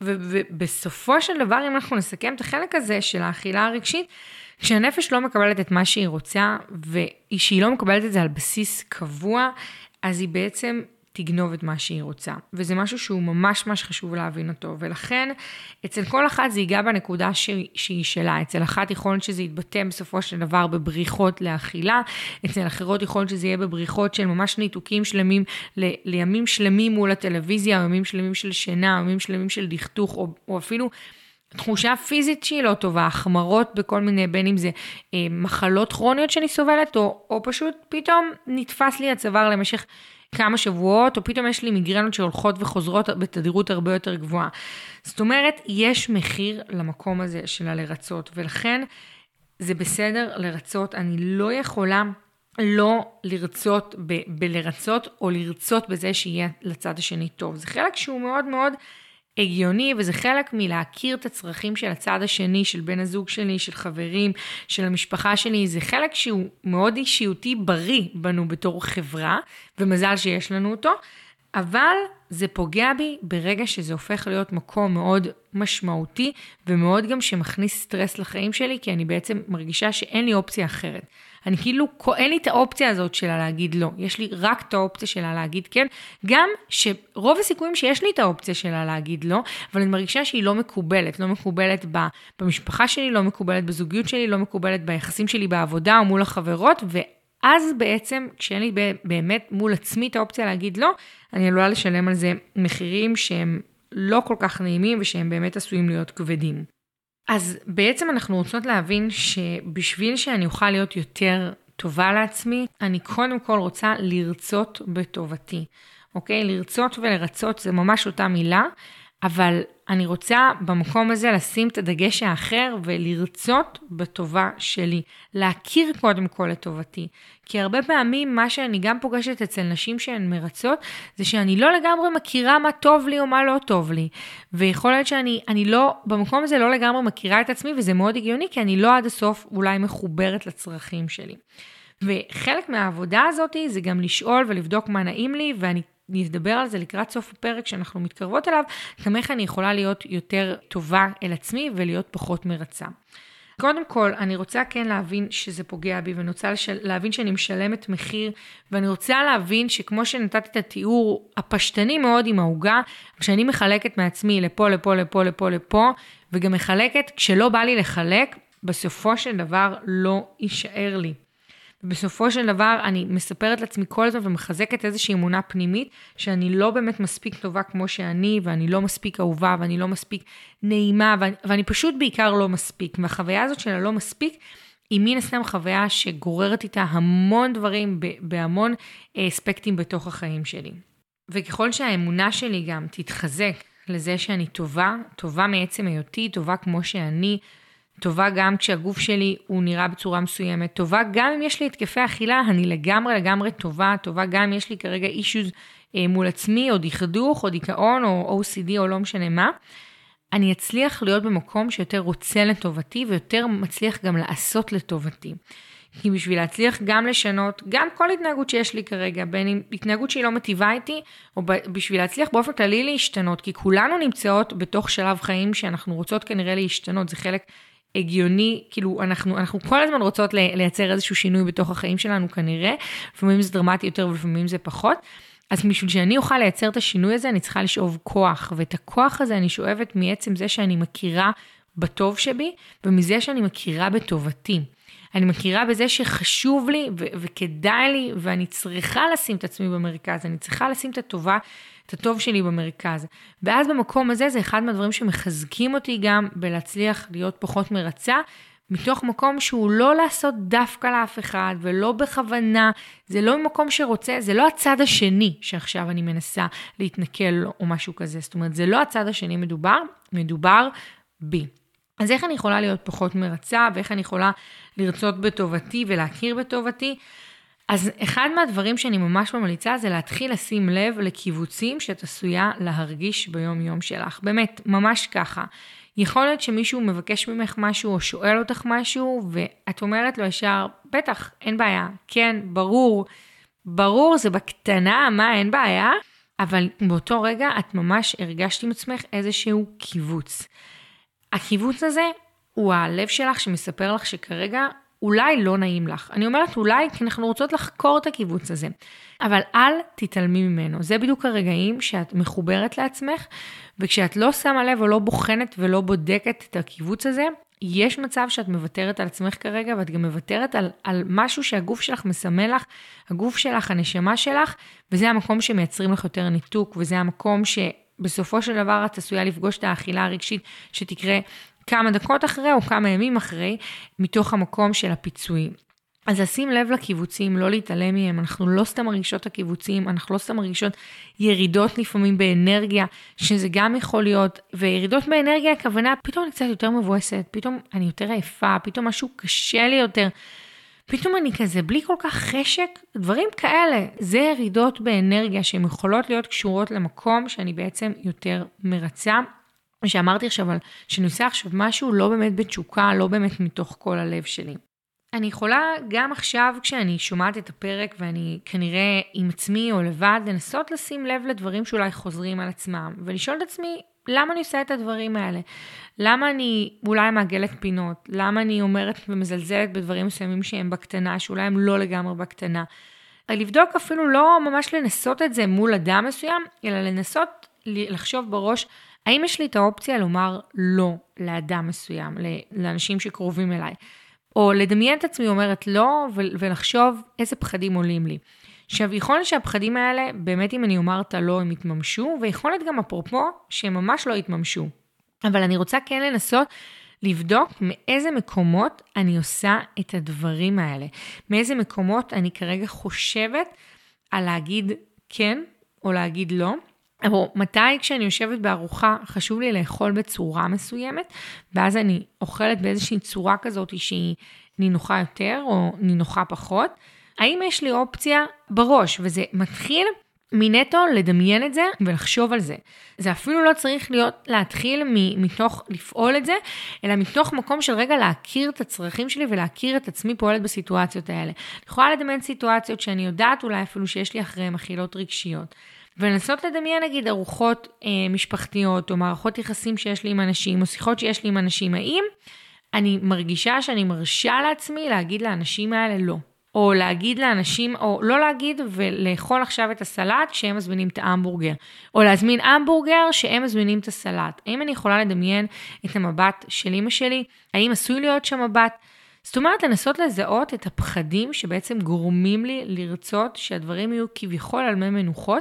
ובסופו של דבר, אם אנחנו נסכם את החלק הזה של האכילה הרגשית, כשהנפש לא מקבלת את מה שהיא רוצה, ושהיא לא מקבלת את זה על בסיס קבוע, אז היא בעצם תגנוב את מה שהיא רוצה. וזה משהו שהוא ממש ממש חשוב להבין אותו. ולכן, אצל כל אחת זה ייגע בנקודה שהיא, שהיא שלה. אצל אחת יכול להיות שזה יתבטא בסופו של דבר בבריחות לאכילה. אצל אחרות יכול להיות שזה יהיה בבריחות של ממש ניתוקים שלמים, ל, לימים שלמים מול הטלוויזיה, או ימים שלמים של שינה, או ימים שלמים של דכדוך, או, או אפילו תחושה פיזית שהיא לא טובה, החמרות בכל מיני, בין אם זה אה, מחלות כרוניות שאני סובלת, או, או פשוט פתאום נתפס לי הצוואר למשך כמה שבועות, או פתאום יש לי מיגרנות שהולכות וחוזרות בתדירות הרבה יותר גבוהה. זאת אומרת, יש מחיר למקום הזה של הלרצות, ולכן זה בסדר לרצות. אני לא יכולה לא לרצות ב- בלרצות, או לרצות בזה שיהיה לצד השני טוב. זה חלק שהוא מאוד מאוד הגיוני, וזה חלק מלהכיר את הצרכים של הצד השני, של בן הזוג שלי, של חברים, של המשפחה שלי. זה חלק שהוא מאוד אישיותי בריא בנו בתור חברה, ומזל שיש לנו אותו, אבל זה פוגע בי ברגע שזה הופך להיות מקום מאוד משמעותי, ומאוד גם שמכניס סטרס לחיים שלי, כי אני בעצם מרגישה שאין לי אופציה אחרת. אני כאילו, אין לי את האופציה הזאת שלה להגיד לא, יש לי רק את האופציה שלה להגיד כן, גם שרוב הסיכויים שיש לי את האופציה שלה להגיד לא, אבל אני מרגישה שהיא לא מקובלת, לא מקובלת במשפחה שלי, לא מקובלת בזוגיות שלי, לא מקובלת ביחסים שלי בעבודה או מול החברות, ואז בעצם כשאין לי באמת מול עצמי את האופציה להגיד לא, אני עלולה לשלם על זה מחירים שהם לא כל כך נעימים, ושהם באמת עשויים להיות כבדים. אז בעצם אנחנו רוצות להבין שבשביל שאני אוכל להיות יותר טובה לעצמי, אני קודם כל רוצה לרצות בטובתי. אוקיי? לרצות ולרצות זה ממש אותה מילה, אבל אני רוצה במקום הזה לשים את הדגש האחר ולרצות בטובה שלי. להכיר קודם כל את טובתי. כי הרבה פעמים מה שאני גם פוגשת אצל נשים שהן מרצות, זה שאני לא לגמרי מכירה מה טוב לי או מה לא טוב לי. ויכול להיות שאני אני לא, במקום הזה לא לגמרי מכירה את עצמי, וזה מאוד הגיוני, כי אני לא עד הסוף אולי מחוברת לצרכים שלי. וחלק מהעבודה הזאת זה גם לשאול ולבדוק מה נעים לי, ואני נדבר על זה לקראת סוף הפרק שאנחנו מתקרבות אליו, גם איך אני יכולה להיות יותר טובה אל עצמי ולהיות פחות מרצה. קודם כל, אני רוצה כן להבין שזה פוגע בי, ואני רוצה להבין שאני משלמת מחיר, ואני רוצה להבין שכמו שנתתי את התיאור הפשטני מאוד עם ההוגה, כשאני מחלקת מעצמי לפה, לפה, לפה, לפה, לפה, וגם מחלקת, כשלא בא לי לחלק, בסופו של דבר לא יישאר לי. ובסופו של דבר אני מספרת לעצמי כל הזמן ומחזקת איזושהי אמונה פנימית שאני לא באמת מספיק טובה כמו שאני, ואני לא מספיק אהובה, ואני לא מספיק נעימה, ואני, ואני פשוט בעיקר לא מספיק. והחוויה הזאת של הלא מספיק היא מן הסתם חוויה שגוררת איתה המון דברים בהמון אספקטים בתוך החיים שלי. וככל שהאמונה שלי גם תתחזק לזה שאני טובה, טובה מעצם היותי, טובה כמו שאני, טובה גם כשהגוף שלי הוא נראה בצורה מסוימת, טובה גם אם יש לי התקפי אכילה, אני לגמרי לגמרי טובה, טובה גם אם יש לי כרגע אישוז אה, מול עצמי, או דכדוך, או דיכאון, או או סי די, או לא משנה מה, אני אצליח להיות במקום שיותר רוצה לטובתי, ויותר מצליח גם לעשות לטובתי. כי בשביל להצליח גם לשנות, גם כל התנהגות שיש לי כרגע, בין אם התנהגות שהיא לא מטיבה איתי, או בשביל להצליח באופן כללי להשתנות, כי כולנו נמצאות בתוך שלב חיים שאנחנו רוצות כנראה להשתנות, זה חלק הגיוני, כאילו אנחנו, אנחנו כל הזמן רוצות לייצר איזשהו שינוי בתוך החיים שלנו כנראה, לפעמים זה דרמטי יותר ולפעמים זה פחות, אז בשביל שאני אוכל לייצר את השינוי הזה, אני צריכה לשאוב כוח, ואת הכוח הזה אני שואבת מעצם זה שאני מכירה בטוב שבי, ומזה שאני מכירה בטובתי. אני מכירה בזה שחשוב לי ו- וכדאי לי, ואני צריכה לשים את עצמי במרכז, אני צריכה לשים את הטובה, את הטוב שלי במרכז. ואז במקום הזה, זה אחד מהדברים שמחזקים אותי גם בלהצליח להיות פחות מרצה, מתוך מקום שהוא לא לעשות דווקא לאף אחד, ולא בכוונה, זה לא מקום שרוצה, זה לא הצד השני שעכשיו אני מנסה להתנכל או משהו כזה. זאת אומרת, זה לא הצד השני מדובר, מדובר בי. אז איך אני יכולה להיות פחות מרצה, ואיך אני יכולה לרצות בטובתי ולהכיר בטובתי? אז אחד מהדברים שאני ממש ממליצה, זה להתחיל לשים לב לקיבוצים שאת עשויה להרגיש ביום יום שלך. באמת, ממש ככה. יכול להיות שמישהו מבקש ממך משהו, או שואל אותך משהו, ואת אומרת לו ישר, בטח, אין בעיה. כן, ברור, ברור, זה בקטנה, מה, אין בעיה? אבל באותו רגע, את ממש הרגשת עם עצמך איזשהו קיבוץ. הקיבוץ הזה הוא הלב שלך שמספר לך שכרגע אולי לא נעים לך. אני אומרת אולי כי אנחנו רוצות לחקור את הקיבוץ הזה, אבל אל תתעלמי ממנו. זה בדיוק הרגעים שאת מחוברת לעצמך, וכשאת לא שמה לב או לא בוחנת ולא בודקת את הקיבוץ הזה, יש מצב שאת מוותרת על עצמך כרגע, ואת גם מוותרת על, על משהו שהגוף שלך מסמל לך, הגוף שלך, הנשמה שלך, וזה המקום שמייצרים לך יותר ניתוק, וזה המקום ש... בסופו של דבר את עשויה לפגוש את האכילה הרגשית שתקרה כמה דקות אחרי או כמה ימים אחרי, מתוך המקום של הפיצוי. אז לשים לב לקיבוצים, לא להתעלם מהם, אנחנו לא סתם מרגישות את הקיבוצים, אנחנו לא סתם מרגישות ירידות לפעמים באנרגיה, שזה גם יכול להיות, וירידות באנרגיה הכוונה, פתאום אני קצת יותר מבואסת, פתאום אני יותר עייפה, פתאום משהו קשה לי יותר, פתאום אני כזה בלי כל כך חשק, דברים כאלה, זה ירידות באנרגיה שהן יכולות להיות קשורות למקום שאני בעצם יותר מרצה, ושאמרתי עכשיו על שאני עושה עכשיו משהו לא באמת בתשוקה, לא באמת מתוך כל הלב שלי. אני יכולה גם עכשיו כשאני שומעת את הפרק ואני כנראה עם עצמי או לבד, לנסות לשים לב לדברים שאולי חוזרים על עצמם, ולשאול את עצמי למה אני עושה את הדברים האלה? למה אני אולי מעגלת פינות? למה אני אומרת ומזלזלת בדברים מסוימים שהם בקטנה, שאולי הם לא לגמרי בקטנה? לבדוק אפילו לא ממש לנסות את זה מול אדם מסוים, אלא לנסות לחשוב בראש, האם יש לי את האופציה לומר לא לאדם מסוים, לאנשים שקרובים אליי? או לדמיין את עצמי אומרת לא, ולחשוב איזה פחדים עולים לי. עכשיו, יכול להיות שהפחדים האלה, באמת אם אני אומר את הלא, הם יתממשו, ויכול להיות גם אפרופו, שהם ממש לא יתממשו. אבל אני רוצה כן לנסות לבדוק מאיזה מקומות אני עושה את הדברים האלה. מאיזה מקומות אני כרגע חושבת על להגיד כן, או להגיד לא. או מתי כשאני יושבת בארוחה, חשוב לי לאכול בצורה מסוימת, ואז אני אוכלת באיזושהי צורה כזאת שהיא נינוחה יותר, או נינוחה פחות. האם יש לי אופציה בראש, וזה מתחיל מנטו לדמיין את זה ולחשוב על זה. זה אפילו לא צריך להיות להתחיל מתוך לפעול את זה, אלא מתוך מקום של רגע להכיר את הצרכים שלי ולהכיר את עצמי פועלת בסיטואציות האלה. אני יכולה לדמיין סיטואציות שאני יודעת אולי אפילו שיש לי אחריהם אכילות רגשיות, ולנסות לדמיין נגיד ארוחות אה, משפחתיות או מערכות יחסים שיש לי עם אנשים או שיחות שיש לי עם אנשים. האם אני מרגישה שאני מרשה לעצמי להגיד לאנשים האלה לא? או להגיד לאנשים, או לא להגיד ולאכול עכשיו את הסלט שהם מזמינים את ההמבורגר. או להזמין המבורגר שהם מזמינים את הסלט. האם אני יכולה לדמיין את המבט של אמא שלי? האם עשוי להיות שם מבט? זאת אומרת, לנסות לזהות את הפחדים שבעצם גורמים לי לרצות שהדברים יהיו כביכול על מי מנוחות,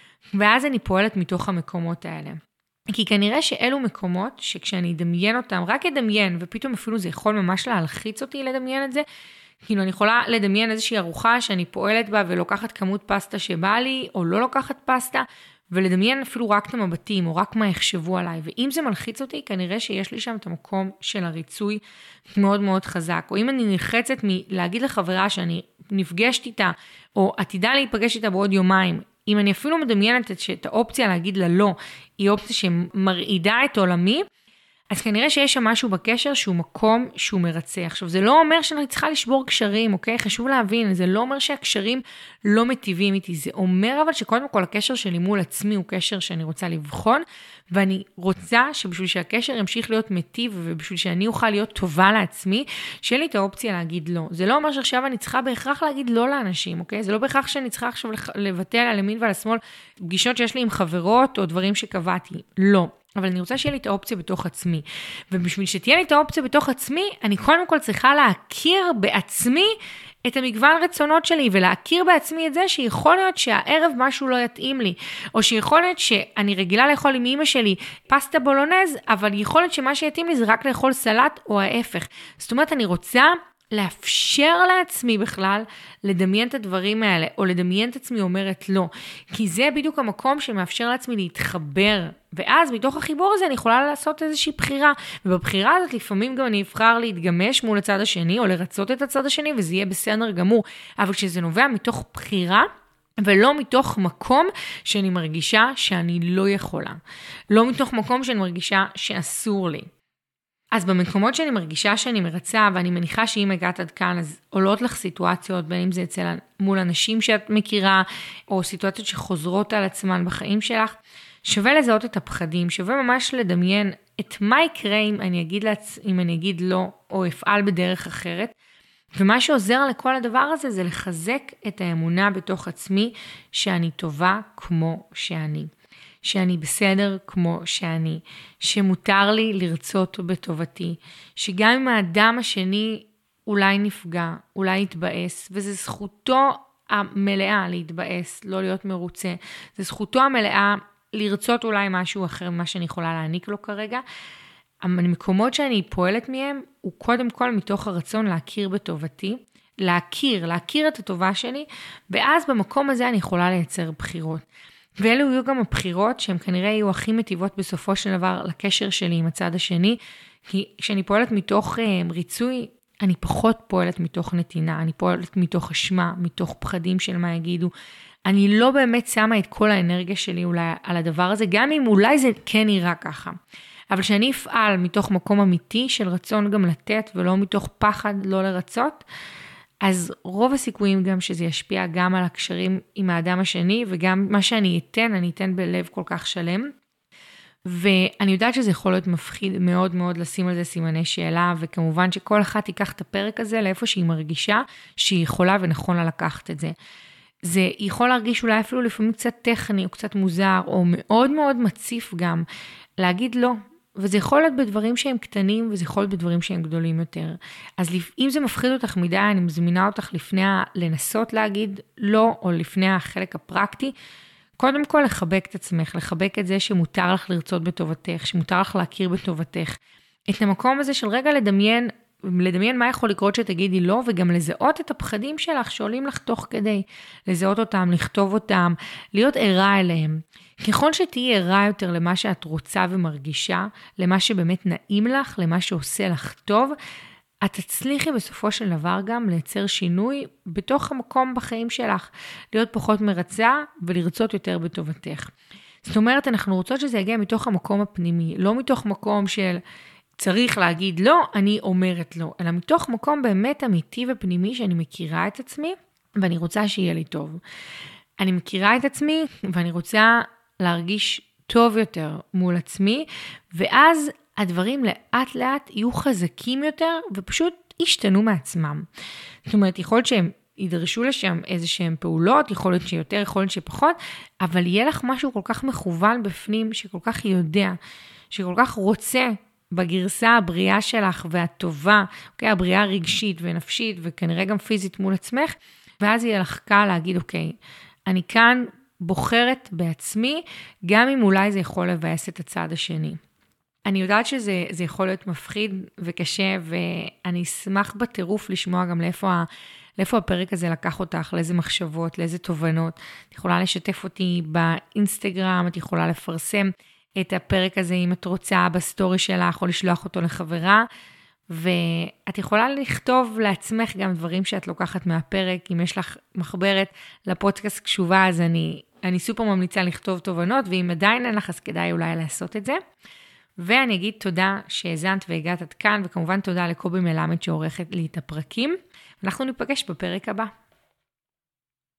ואז אני פועלת מתוך המקומות האלה. כי כנראה שאלו מקומות שכשאני אדמיין אותם, רק אדמיין, ופתאום אפילו זה יכול ממש להלחיץ אותי לדמיין את זה, כאילו אני יכולה לדמיין איזושהי ארוחה שאני פועלת בה ולוקחת כמות פסטה שבא לי, או לא לוקחת פסטה, ולדמיין אפילו רק את המבטים, או רק מה יחשבו עליי. ואם זה מלחיץ אותי, כנראה שיש לי שם את המקום של הריצוי מאוד מאוד חזק. או אם אני נלחצת מלהגיד לחברה שאני נפגשת איתה, או עתידה להיפגש איתה בעוד יומיים, אם אני אפילו מדמיינת את האופציה להגיד לה לא, היא אופציה שמרעידה את עולמי, אז כנראה שיש שם משהו בקשר שהוא מקום שהוא מרצה. עכשיו, זה לא אומר שאני צריכה לשבור קשרים, אוקיי? חשוב להבין, זה לא אומר שהקשרים לא מטיבים איתי. זה אומר אבל שקודם כל הקשר שלי מול עצמי הוא קשר שאני רוצה לבחון, ואני רוצה שבשביל שהקשר ימשיך להיות מטיב, ובשביל שאני אוכל להיות טובה לעצמי, שיהיה לי את האופציה להגיד לא. זה לא אומר שעכשיו אני צריכה בהכרח להגיד לא לאנשים, אוקיי? זה לא בהכרח שאני צריכה עכשיו לבטל על ימין ועל השמאל, פגישות שיש לי עם חברות או דברים שקבעתי. לא. אבל אני רוצה שיהיה לי את האופציה בתוך עצמי. ובשביל שתהיה לי את האופציה בתוך עצמי, אני קודם כל צריכה להכיר בעצמי את המגוון רצונות שלי, ולהכיר בעצמי את זה שיכול להיות שהערב משהו לא יתאים לי, או שיכול להיות שאני רגילה לאכול עם אמא שלי פסטה בולונז, אבל יכול להיות שמה שיתאים לי זה רק לאכול סלט או ההפך. זאת אומרת, אני רוצה לאפשר לעצמי בכלל לדמיין את הדברים האלה, או לדמיין את עצמי אומרת לא, כי זה בדיוק המקום שמאפשר לעצמי להתחבר, ואז מתוך החיבור הזה אני יכולה לעשות איזושהי בחירה, ובבחירה הזאת לפעמים גם אני אבחר להתגמש מול הצד השני, או לרצות את הצד השני, וזה יהיה בסדר גמור, אבל כשזה נובע מתוך בחירה, ולא מתוך מקום שאני מרגישה שאני לא יכולה, לא מתוך מקום שאני מרגישה שאסור לי. אז במקומות שאני מרגישה שאני מרצה, ואני מניחה שאם הגעת עד כאן, אז עולות לך סיטואציות, בין אם זה אצל מול אנשים שאת מכירה, או סיטואציות שחוזרות על עצמן בחיים שלך, שווה לזהות את הפחדים, שווה ממש לדמיין את מה יקרה אם אני אגיד, לעצ... אם אני אגיד לא, או אפעל בדרך אחרת, ומה שעוזר לכל הדבר הזה, זה לחזק את האמונה בתוך עצמי, שאני טובה כמו שאני. שאני בסדר כמו שאני, שמותר לי לרצות בטובתי, שגם אם האדם השני אולי נפגע, אולי יתבאס, וזו זכותו המלאה להתבאס, לא להיות מרוצה, זו זכותו המלאה לרצות אולי משהו אחר ממה שאני יכולה להעניק לו כרגע. המקומות שאני פועלת מהם, הוא קודם כל מתוך הרצון להכיר בטובתי, להכיר, להכיר את הטובה שלי, ואז במקום הזה אני יכולה לייצר בחירות. ואלו יהיו גם הבחירות שהן כנראה יהיו הכי מטיבות בסופו של דבר לקשר שלי עם הצד השני, כי כשאני פועלת מתוך um, ריצוי, אני פחות פועלת מתוך נתינה, אני פועלת מתוך אשמה, מתוך פחדים של מה יגידו, אני לא באמת שמה את כל האנרגיה שלי אולי על הדבר הזה, גם אם אולי זה כן נראה ככה. אבל כשאני אפעל מתוך מקום אמיתי של רצון גם לתת, ולא מתוך פחד לא לרצות, אז רוב הסיכויים גם שזה ישפיע גם על הקשרים עם האדם השני, וגם מה שאני אתן, אני אתן בלב כל כך שלם. ואני יודעת שזה יכול להיות מפחיד מאוד מאוד לשים על זה סימני שאלה, וכמובן שכל אחת תיקח את הפרק הזה לאיפה שהיא מרגישה שהיא יכולה ונכון לה לקחת את זה. זה יכול להרגיש אולי אפילו לפעמים קצת טכני או קצת מוזר, או מאוד מאוד מציף גם להגיד לא. וזה יכול להיות בדברים שהם קטנים, וזה יכול להיות בדברים שהם גדולים יותר. אז אם זה מפחיד אותך מדי, אני מזמינה אותך לפני לנסות להגיד לא, או לפני החלק הפרקטי, קודם כל לחבק את עצמך, לחבק את זה שמותר לך לרצות בטובתך, שמותר לך להכיר בטובתך. את המקום הזה של רגע לדמיין, לדמיין מה יכול לקרות שתגידי לא, וגם לזהות את הפחדים שלך שעולים לך תוך כדי, לזהות אותם, לכתוב אותם, להיות ערה אליהם. ככל שתהיי ערה יותר למה שאת רוצה ומרגישה, למה שבאמת נעים לך, למה שעושה לך טוב, את תצליחי בסופו של דבר גם לייצר שינוי בתוך המקום בחיים שלך, להיות פחות מרצה ולרצות יותר בטובתך. זאת אומרת, אנחנו רוצות שזה יגיע מתוך המקום הפנימי, לא מתוך מקום של צריך להגיד לא, אני אומרת לא, אלא מתוך מקום באמת אמיתי ופנימי שאני מכירה את עצמי, ואני רוצה שיהיה לי טוב. אני מכירה את עצמי, ואני רוצה להרגיש טוב יותר מול עצמי, ואז הדברים לאט לאט יהיו חזקים יותר, ופשוט ישתנו מעצמם. זאת אומרת, יכול להיות שהם ידרשו לשם איזה שהם פעולות, יכול להיות שיותר, יכול להיות שפחות, אבל יהיה לך משהו כל כך מכוון בפנים, שכל כך יודע, שכל כך רוצה, בגרסה הבריאה שלך והטובה, אוקיי, הבריאה רגשית ונפשית, וכנראה גם פיזית מול עצמך, ואז יהיה לך קל להגיד, אוקיי, אני כאן בוחרת בעצמי, גם אם אולי זה יכול לבאס את הצד השני. אני יודעת שזה זה יכול להיות מפחיד וקשה, ואני אשמח בטירוף לשמוע גם לאיפה, לאיפה הפרק הזה לקח אותך, לאיזה מחשבות, לאיזה תובנות. את יכולה לשתף אותי באינסטגרם, את יכולה לפרסם את הפרק הזה אם את רוצה בסטורי שלך, או לשלוח אותו לחברה, ואת יכולה לכתוב לעצמך גם דברים שאת לוקחת מהפרק, אם יש לך מחברת לפודקאסט קשובה, אז אני, אני סופר ממליצה לכתוב תובנות, ואם עדיין אין לך, אז כדאי אולי לעשות את זה. ואני אגיד תודה שהזנת והגעת עד כאן, וכמובן תודה לקובי מלמד שעורכת לי את הפרקים. אנחנו ניפגש בפרק הבא.